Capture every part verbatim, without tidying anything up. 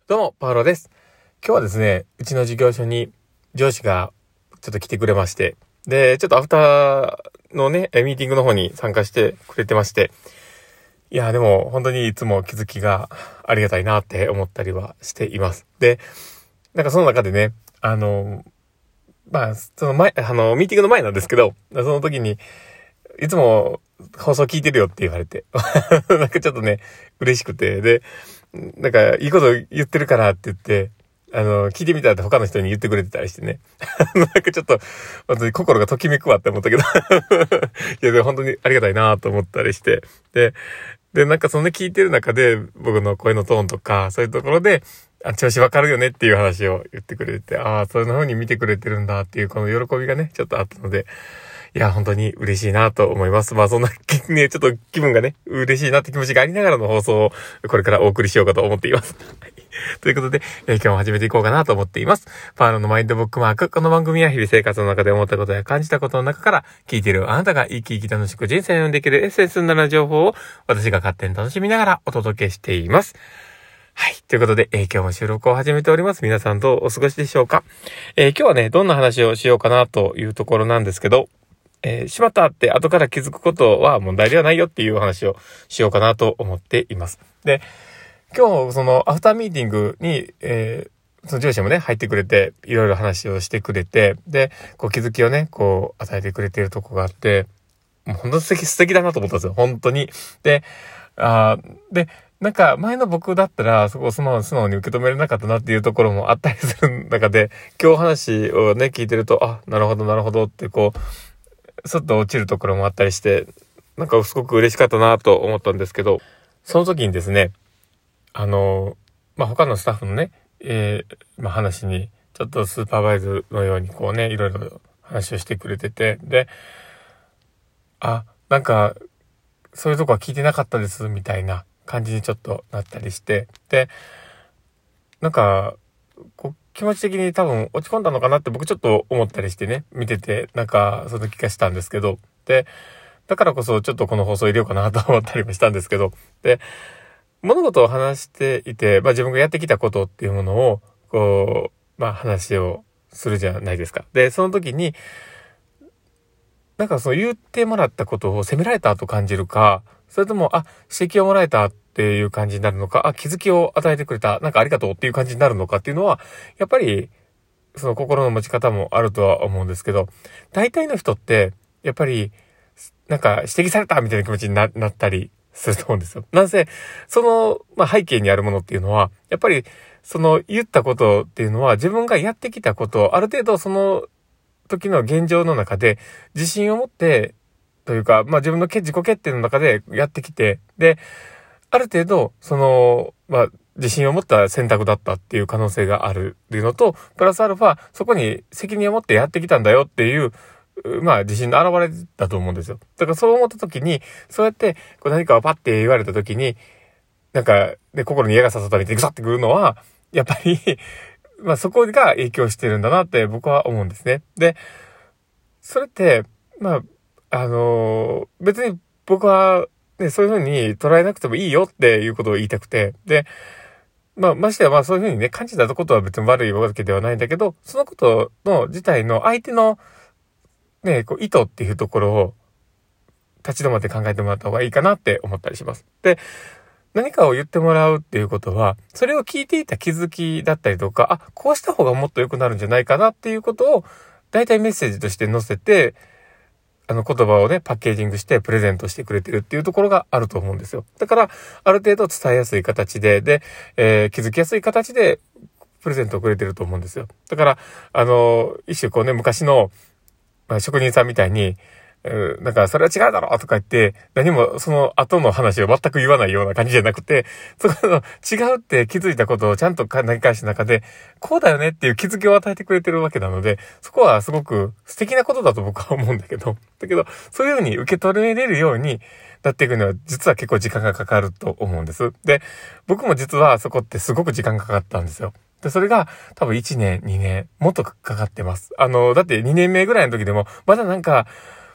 どうも、パウロです。今日はですね、うちの事業所に上司がちょっと来てくれまして、で、ちょっとアフターのね、ミーティングの方に参加してくれてまして、いや、でも本当にいつも気づきがありがたいなって思ったりはしています。で、なんかその中でね、あの、まあ、その前、あの、ミーティングの前なんですけど、その時に、いつも放送聞いてるよって言われて、なんかちょっとね、嬉しくて、で、なんかいいこと言ってるからって言って、あの、聞いてみたらって他の人に言ってくれてたりしてね。なんかちょっと、本当に心がときめくわって思ったけど。いや、でも本当にありがたいなと思ったりして。で、で、なんかそのね、聞いてる中で、僕の声のトーンとか、そういうところで、あ、調子わかるよねっていう話を言ってくれて、ああ、そういう風に見てくれてるんだっていう、この喜びがね、ちょっとあったので、いや、本当に嬉しいなと思います。まあそんなね、ちょっと気分がね、嬉しいなって気持ちがありながらの放送をこれからお送りしようかと思っています。ということで、えー、今日も始めていこうかなと思っています。パーロのマインドブックマーク。この番組は日々生活の中で思ったことや感じたことの中から聞いているあなたが生き生き楽しく人生を読んでいけるエッセンスになる情報を私が勝手に楽しみながらお届けしています。はい。ということで、えー、今日も収録を始めております。皆さんどうお過ごしでしょうか？えー、今日はね、どんな話をしようかなというところなんですけど、えー、しまったって後から気づくことは問題ではないよっていうお話をしようかなと思っています。で、今日そのアフターミーティングに、えー、その上司もね、入ってくれて、いろいろ話をしてくれて、で、こう気づきをね、こう与えてくれているとこがあって、もう本当に素敵、素敵だなと思ったんですよ。本当に。で、あで、なんか前の僕だったらそこを素直に素直に受け止めれなかったなっていうところもあったりする中で、今日話をね、聞いてると、あ、なるほどなるほどってこう、ちょっと落ちるところもあったりして、なんかすごく嬉しかったなと思ったんですけど、その時にですね、あの、まあ、他のスタッフのね、えー、まあ、話に、ちょっとスーパーバイズのようにこうね、いろいろ話をしてくれてて、で、あ、なんか、そういうとこは聞いてなかったです、みたいな感じにちょっとなったりして、で、なんか、こう気持ち的に多分落ち込んだのかなって僕ちょっと思ったりしてね、見てて、なんかその気がしたんですけど、で、だからこそちょっとこの放送入れようかなと思ったりもしたんですけど、で、物事を話していて、まあ自分がやってきたことっていうものを、こう、まあ話をするじゃないですか。で、その時に、なんかそう言ってもらったことを責められたと感じるか、それとも、あ、指摘をもらえたっていう感じになるのか、あ、気づきを与えてくれた、なんかありがとうっていう感じになるのかっていうのは、やっぱり、その心の持ち方もあるとは思うんですけど、大体の人って、やっぱり、なんか指摘されたみたいな気持ちに な, なったりすると思うんですよ。なんせ、その、まあ、背景にあるものっていうのは、やっぱり、その言ったことっていうのは、自分がやってきたことを、ある程度その時の現状の中で、自信を持って、というか、まあ、自分の自己決定の中でやってきて、で、ある程度、その、まあ、自信を持った選択だったっていう可能性があるっていうのと、プラスアルファ、そこに責任を持ってやってきたんだよっていう、まあ、自信の表れだと思うんですよ。だからそう思った時に、そうやって、こう何かをパッて言われた時に、なんか、ね、心に矢が刺さったりってグサってくるのは、やっぱり、まあそこが影響してるんだなって僕は思うんですね。で、それって、まあ、あのー、別に僕は、ね、そういう風に捉えなくてもいいよっていうことを言いたくて、で、まあ、ましてやまあそういう風にね、感じたことは別に悪いわけではないんだけど、そのことの自体の相手のね、こう意図っていうところを立ち止まって考えてもらった方がいいかなって思ったりします。で、何かを言ってもらうっていうことは、それを聞いていた気づきだったりとか、あ、こうした方がもっと良くなるんじゃないかなっていうことを、大体メッセージとして載せて、あの言葉をね、パッケージングしてプレゼントしてくれてるっていうところがあると思うんですよ。だから、ある程度伝えやすい形で、で、えー、気づきやすい形で、プレゼントをくれてると思うんですよ。だから、あの、一種こうね、昔の、まあ、職人さんみたいに、うん、なんか、それは違うだろうとか言って、何もその後の話を全く言わないような感じじゃなくて、そこの違うって気づいたことをちゃんと投げ返した中で、こうだよねっていう気づきを与えてくれてるわけなので、そこはすごく素敵なことだと僕は思うんだけど、だけど、そういうふうに受け取れるようになっていくのは、実は結構時間がかかると思うんです。で、僕も実はそこってすごく時間かかったんですよ。で、それが多分いちねん、にねん、もっとかかってます。あの、だってにねんめぐらいの時でも、まだなんか、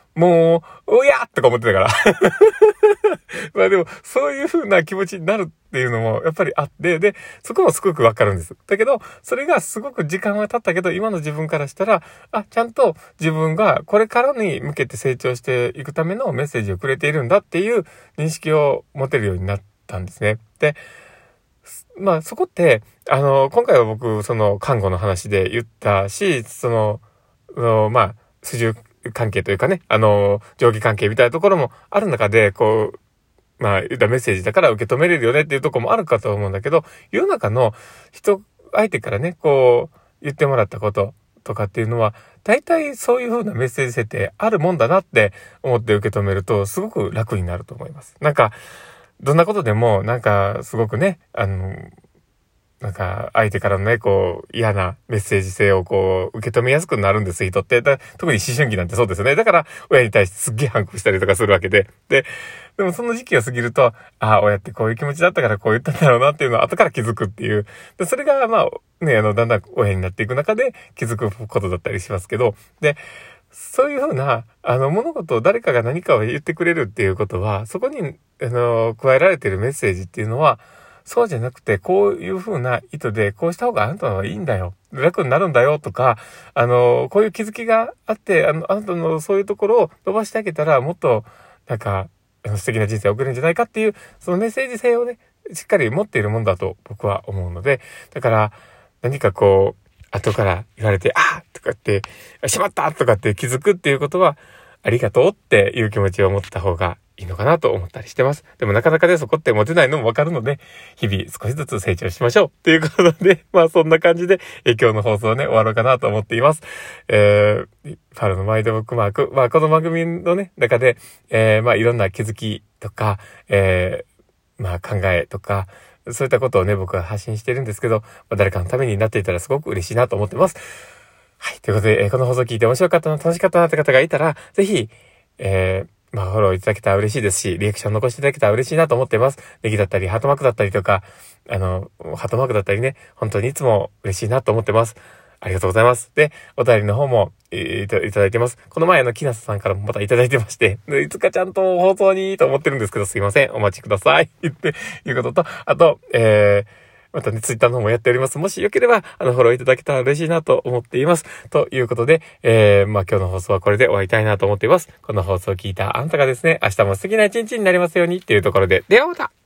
もう、おやーとか思ってたから。まあでも、そういう風な気持ちになるっていうのもやっぱりあって、で、そこもすごくわかるんです。だけど、それがすごく時間は経ったけど、今の自分からしたら、あ、ちゃんと自分がこれからに向けて成長していくためのメッセージをくれているんだっていう認識を持てるようになったんですね。で、まあそこって、あの、今回は僕、その看護の話で言ったし、その、のまあ、主従関係というかね、あの、上下関係みたいなところもある中で、こう、まあ、言ったメッセージだから受け止めれるよねっていうところもあるかと思うんだけど、世の中の人、相手からね、こう、言ってもらったこととかっていうのは、大体そういう風なメッセージ設定あるもんだなって思って受け止めると、すごく楽になると思います。なんか、どんなことでも、なんか、すごくね、あの、なんか、相手からのね、こう、嫌なメッセージ性をこう、受け止めやすくなるんです、人って。だ特に思春期なんてそうですよね。だから、親に対してすっげえ反抗したりとかするわけで。で、でもその時期が過ぎると、ああ、親ってこういう気持ちだったからこう言ったんだろうなっていうのを後から気づくっていう。で、それが、まあ、ね、あの、だんだん親になっていく中で気づくことだったりしますけど、で、そういうふうな、あの、物事を誰かが何かを言ってくれるっていうことは、そこに、あの、加えられているメッセージっていうのは、そうじゃなくて、こういう風な意図で、こうした方があなたの方がいいんだよ。楽になるんだよとか、あの、こういう気づきがあって、あの、あなたのそういうところを伸ばしてあげたら、もっと、なんか、素敵な人生を送れるんじゃないかっていう、そのメッセージ性をね、しっかり持っているもんだと僕は思うので、だから、何かこう、後から言われて、あーとかって、しまったとかって気づくっていうことは、ありがとうっていう気持ちを持った方がいいのかなと思ったりしてます。でもなかなかね、そこって持てないのもわかるので、日々少しずつ成長しましょうっていうことで、まあそんな感じで、え今日の放送ね、終わろうかなと思っています。えー、パルのマインドブックマーク。まあこの番組のね、中で、えー、まあいろんな気づきとか、えー、まあ考えとか、そういったことをね、僕は発信してるんですけど、まあ、誰かのためになっていたらすごく嬉しいなと思ってます。はい。ということで、えー、この放送聞いて面白かったな、楽しかったなって方がいたら、ぜひ、えー、まあ、フォローいただけたら嬉しいですし、リアクション残していただけたら嬉しいなと思ってます。ネギだったり、ハートマークだったりとか、あの、ハートマークだったりね、本当にいつも嬉しいなと思ってます。ありがとうございます。で、お便りの方も、えー、いた、いただいてます。この前、あの、きなささんからもまたいただいてまして、いつかちゃんと放送にと思ってるんですけど、すいません。お待ちください。言って、いうことと、あと、えー、またね、ツイッターの方もやっております。もしよければ、あの、フォローいただけたら嬉しいなと思っています。ということで、えー、まあ今日の放送はこれで終わりたいなと思っています。この放送を聞いたあなたがですね、明日も素敵な一日になりますようにっていうところで、ではまた